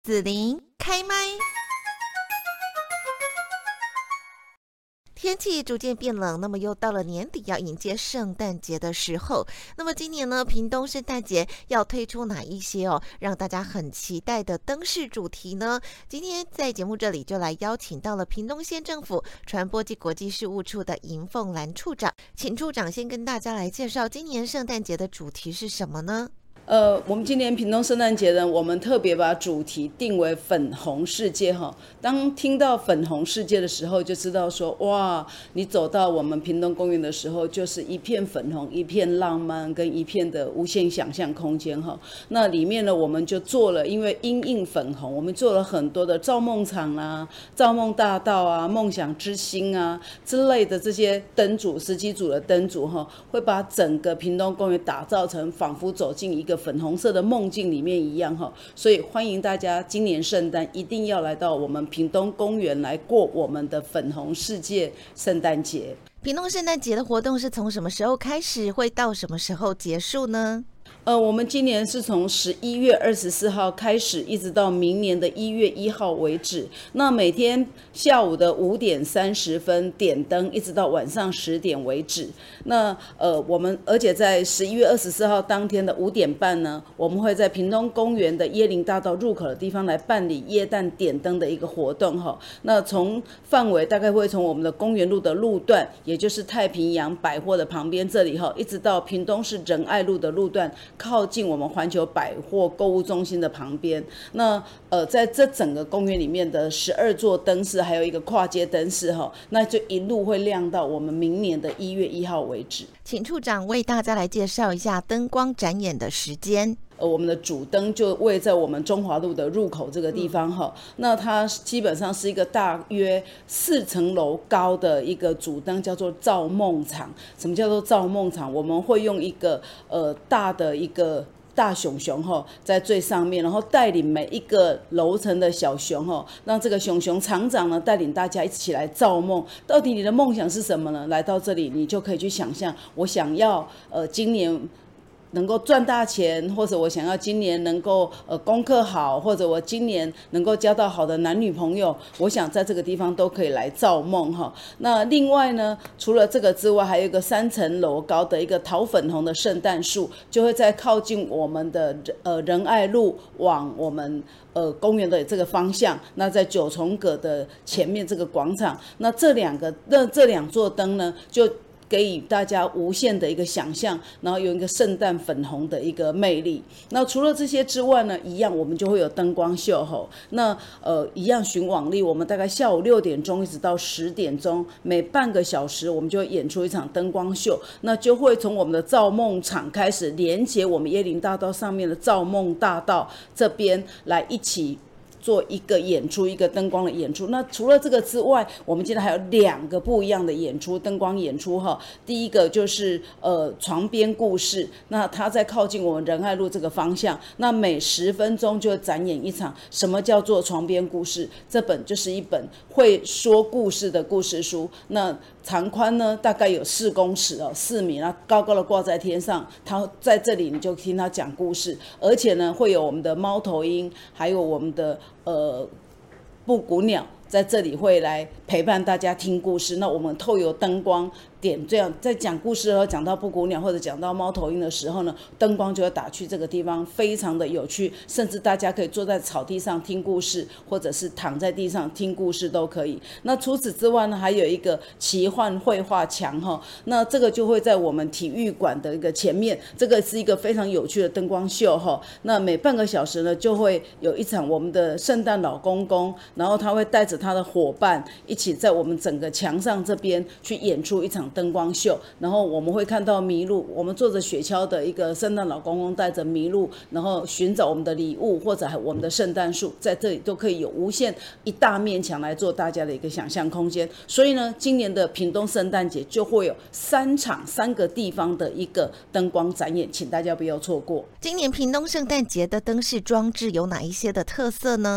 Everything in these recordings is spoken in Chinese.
子琳开麦。天气逐渐变冷，那么又到了年底要迎接圣诞节的时候。那么今年呢，屏东圣诞节要推出哪一些让大家很期待的灯饰主题呢？今天在节目这里就来邀请到了屏东县政府传播及国际事务处的尹凤兰处长，请处长先跟大家来介绍今年圣诞节的主题是什么呢？ 我们今年屏东圣诞节呢，我们特别把主题定为粉红世界哈。当听到粉红世界的时候，就知道说哇，你走到我们屏东公园的时候，就是一片粉红，一片浪漫，跟一片的无限想象空间哈。那里面呢，我们就做了，因为因应粉红，我们做了很多的造梦场啊、造梦大道啊、梦想之星啊之类的这些灯组，十几组的灯组哈，会把整个屏东公园打造成仿佛走进一个粉红色的梦境里面一样哈，所以欢迎大家今年圣诞一定要来到我们屏东公园来过我们的粉红世界圣诞节。 屏东圣诞节的活动是从什么时候开始，会到什么时候结束呢？ 我们今年是从11月24号开始，一直到明年的1月1号为止。那每天下午的5点30分点灯，一直到晚上10点为止。那我们而且在11月24号当天的5点半呢，我们会在屏东公园的椰林大道入口的地方来办理耶诞点灯的一个活动哈。那从范围大概会从我们的公园路的路段，也就是太平洋百货的旁边这里哈，一直到屏东市仁爱路的路段，靠近我们环球百货购物中心的旁边。那在这整个公园里面的12座灯饰，还有一个跨街灯饰哈，那就一路会亮到我们明年的1月1号为止。 请处长为大家来介绍一下灯光展演的时间。 我们的主灯就位在我们中华路的入口这个地方哈，那它基本上是一个大约4层楼高的一个主灯，叫做造梦场。什么叫做造梦场？我们会用一个大的一个大熊熊在最上面，然后带领每一个楼层的小熊让这个熊熊厂长呢带领大家一起来造梦。到底你的梦想是什么呢？来到这里，你就可以去想象，我想要今年能够赚大钱，或者我想要今年能够功课好，或者我今年能够交到好的男女朋友，我想在这个地方都可以来造梦哈。那另外呢，除了这个之外，还有一个3层楼高的一个桃粉红的圣诞树，就会在靠近我们的仁爱路往我们公园的这个方向。那在九重葛的前面这个广场，那这两座灯呢，就给予大家无限的一个想象，然后有一个圣诞粉红的一个魅力。那除了这些之外呢，一样我们就会有灯光秀吼。那一样循往例，我们大概下午6点钟一直到10点钟，每半个小时我们就会演出一场灯光秀。那就会从我们的造梦场开始，连接我们椰林大道上面的造梦大道这边来一起做一个演出，一个灯光的演出。那除了这个之外，我们今天还有2个不一样的演出，灯光演出哈。第一个就是床边故事，那它在靠近我们仁爱路这个方向，那每10分钟就展演一场。什么叫做床边故事？这本就是一本会说故事的故事书。那长宽呢大概有4公尺4米，那高高的挂在天上，它在这里你就听他讲故事，而且呢会有我们的猫头鹰，还有我们的布谷鸟在这里会来陪伴大家听故事。那我们透由灯光点，这样在讲故事的时候，讲到布谷鸟或者讲到猫头鹰的时候呢，灯光就会打去这个地方，非常的有趣。甚至大家可以坐在草地上听故事，或者是躺在地上听故事都可以。那除此之外呢，还有一个奇幻绘画墙哈，那这个就会在我们体育馆的一个前面，这个是一个非常有趣的灯光秀哈。那每半个小时呢，就会有一场我们的圣诞老公公，然后他会带着他的伙伴一起在我们整个墙上这边去演出一场灯光秀。然后我们会看到麋鹿，我们坐着雪橇的一个圣诞老公公带着麋鹿，然后寻找我们的礼物或者我们的圣诞树，在这里都可以有无限一大面墙来做大家的一个想象空间。所以呢，今年的屏东圣诞节就会有3个地方的一个灯光展演，请大家不要错过。 今年屏东圣诞节的灯饰装置有哪一些的特色呢？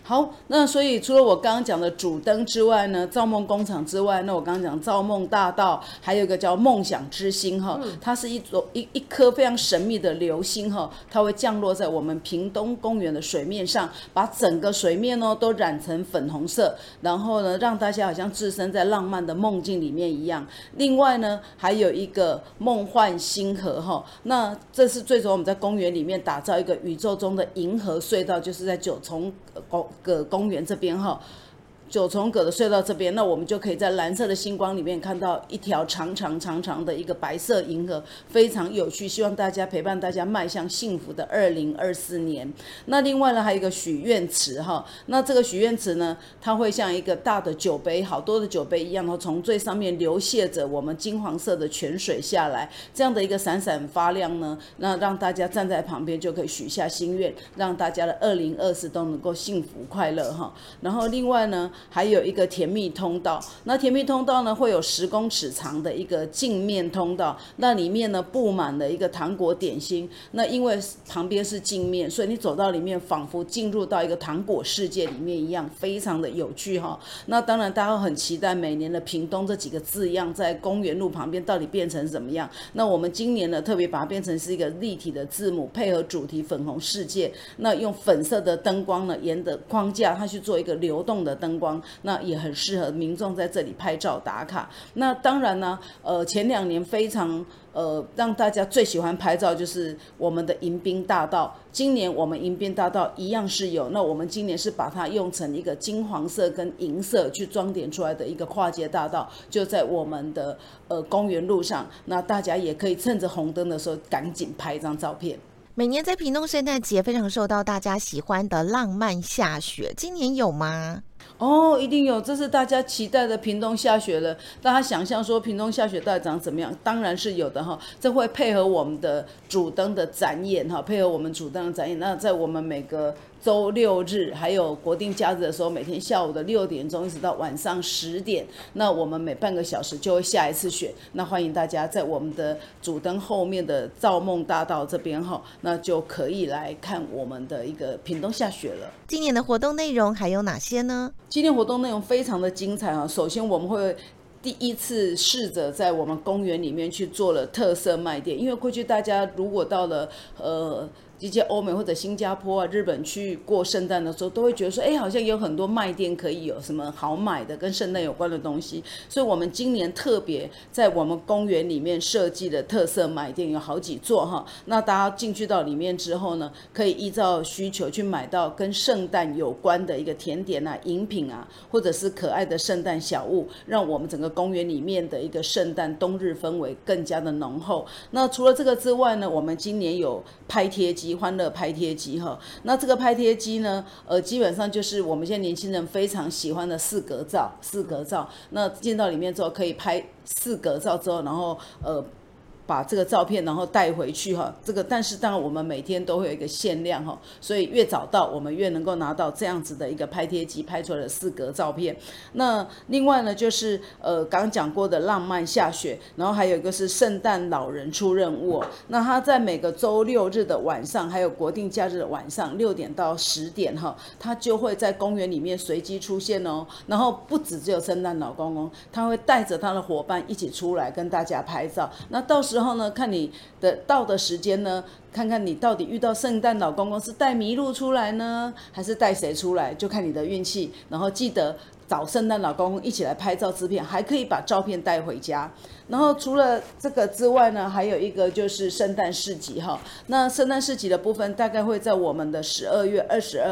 好，那所以除了我刚刚讲的主灯之外呢，造梦工厂之外，那我刚刚讲造梦大道，还有一个叫梦想之星哈，它是一颗非常神秘的流星哈，它会降落在我们屏东公园的水面上，把整个水面呢都染成粉红色，然后呢让大家好像置身在浪漫的梦境里面一样。另外呢，还有一个梦幻星河哈，那这是最主要我们在公园里面打造一个宇宙中的银河隧道，就是在九重葛公园这边哈，九重葛的隧道这边，那我们就可以在蓝色的星光里面看到一条长长的一个白色银河，非常有趣，希望大家陪伴大家迈向幸福的2024年。那另外呢，还有一个许愿池哈，那这个许愿池呢，它会像一个大的酒杯，好多的酒杯一样，从最上面流泻着我们金黄色的泉水下来，这样的一个闪闪发亮呢，那让大家站在旁边就可以许下心愿，让大家的2024都能够幸福快乐哈。然后另外呢，还有一个甜蜜通道，那甜蜜通道呢会有10公尺长的一个镜面通道，那里面呢布满了一个糖果点心，那因为旁边是镜面，所以你走到里面仿佛进入到一个糖果世界里面一样，非常的有趣哈。那当然大家很期待每年的屏东这几个字样在公园路旁边到底变成怎么样。那我们今年呢特别把它变成是一个立体的字母，配合主题粉红世界，那用粉色的灯光呢沿着框架它去做一个流动的灯光，那也很适合民众在这里拍照打卡。那当然呢，前2年非常让大家最喜欢拍照就是我们的迎宾大道。今年我们迎宾大道一样是有，那我们今年是把它用成一个金黄色跟银色去装点出来的一个跨界大道，就在我们的公园路上。那大家也可以趁着红灯的时候赶紧拍一张照片。 每年在屏东圣诞节非常受到大家喜欢的浪漫下雪，今年有吗？ 哦，一定有，这是大家期待的屏东下雪了。大家想象说屏东下雪到底长怎么样？当然是有的哈，这会配合我们的主灯的展演哈，配合我们主灯的展演。那在我们每个周6日还有国定假日的时候，每天下午的6点钟一直到晚上10点，那我们每半个小时就会下一次雪。那欢迎大家在我们的主灯后面的造梦大道这边哈，那就可以来看我们的一个屏东下雪了。 今年的活动内容还有哪些呢？ 今天活动内容非常的精彩啊！首先我们会第一次试着在我们公园里面去做了特色卖店，因为过去大家如果到了一些欧美或者新加坡啊、日本去过圣诞的时候，都会觉得说，好像有很多卖店可以有什么好买的跟圣诞有关的东西。所以我们今年特别在我们公园里面设计的特色买店有好几座哈。那大家进去到里面之后呢，可以依照需求去买到跟圣诞有关的一个甜点啊、饮品啊，或者是可爱的圣诞小物，让我们整个公园里面的一个圣诞冬日氛围更加的浓厚。那除了这个之外呢，我们今年有拍贴机。欢乐拍贴机哈，那这个拍贴机呢，基本上就是我们现在年轻人非常喜欢的四格照。那进到里面之后可以拍4格照之后，然后把这个照片然后带回去哈，这个但是当然我们每天都会有一个限量哈，所以越早到我们越能够拿到这样子的一个拍贴机拍出来的4格照片。那另外呢就是刚刚讲过的浪漫下雪，然后还有一个是圣诞老人出任务那他在每个周6日的晚上还有国定假日的晚上6点到10点哈，他就会在公园里面随机出现哦。然后不只有圣诞老公公，他会带着他的伙伴一起出来跟大家拍照。那到时候呢，看你的到的时间呢，看看你到底遇到圣诞老公公是带麋鹿出来呢，还是带谁出来，就看你的运气。然后记得找圣诞老公公一起来拍照制片，还可以把照片带回家。然后除了这个之外呢，还有一个就是圣诞市集哈。那圣诞市集的部分大概会在我们的12月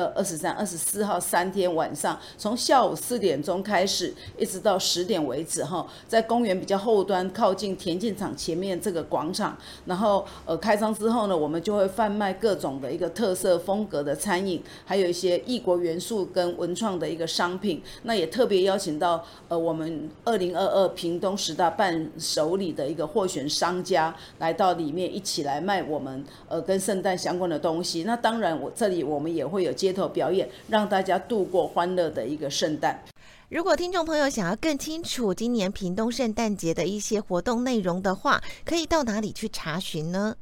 22、23、24号3天晚上，从下午4点钟开始，一直到10点为止哈，在公园比较后端靠近田径场前面这个广场。然后开张之后呢，我们就会贩卖各种的一个特色风格的餐饮，还有一些异国元素跟文创的一个商品。那也特别邀请到我们2022屏东10大伴手礼的一个获选商家来到里面一起来卖我们跟圣诞相关的东西。那当然这里我们也会有街头表演，让大家度过欢乐的一个圣诞。 如果听众朋友想要更清楚今年屏东圣诞节的一些活动内容的话，可以到哪里去查询呢？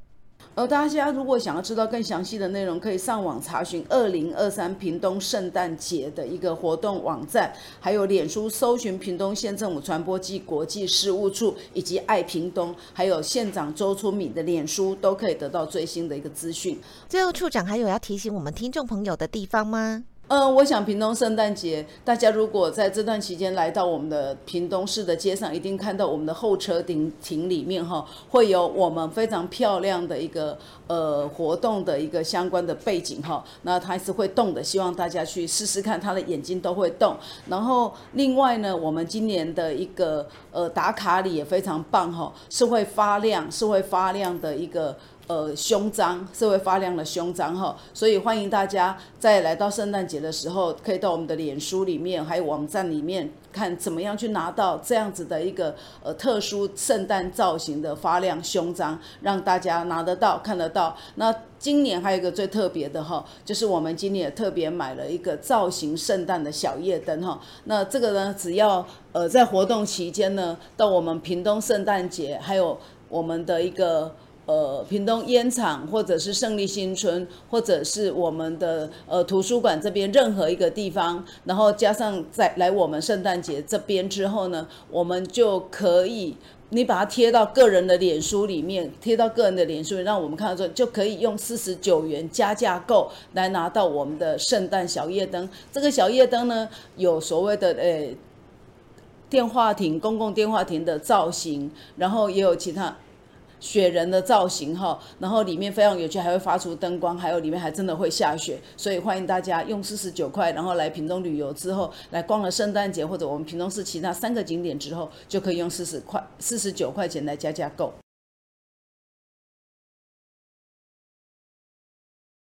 大家如果想要知道更详细的内容，可以上网查询2023屏东圣诞节的一个活动网站，还有脸书搜寻屏东县政府传播暨国际事务处，以及爱屏东，还有县长周春米的脸书，都可以得到最新的一个资讯。 最后，处长还有要提醒我们听众朋友的地方吗？ 我想屏东圣诞节，大家如果在这段期间来到我们的屏东市的街上，一定看到我们的候车亭里面会有我们非常漂亮的一个活动的一个相关的背景那它是会动的，希望大家去试试看，它的眼睛都会动。然后另外呢，我们今年的一个打卡礼也非常棒是会发亮的一个。胸章是会发亮的胸章所以欢迎大家在来到圣诞节的时候，可以到我们的脸书里面还有网站里面看怎么样去拿到这样子的一个特殊圣诞造型的发亮胸章，让大家拿得到看得到。那今年还有一个最特别的就是我们今年也特别买了一个造型圣诞的小夜灯那这个呢，只要在活动期间呢，到我们屏东圣诞节，还有我们的一个屏东烟厂，或者是胜利新村，或者是我们的图书馆这边任何一个地方，然后加上再来我们圣诞节这边之后呢，我们就可以。你把它贴到个人的脸书里面，让我们看到之后，就可以用49元加价购来拿到我们的圣诞小夜灯。这个小夜灯呢，有所谓的电话亭、公共电话亭的造型，然后也有其他。雪人的造型然后里面非常有趣，还会发出灯光，还有里面还真的会下雪，所以欢迎大家用49块，然后来屏东旅游之后，来逛了圣诞节或者我们屏东市其他3个景点之后，就可以用49块钱来加价购。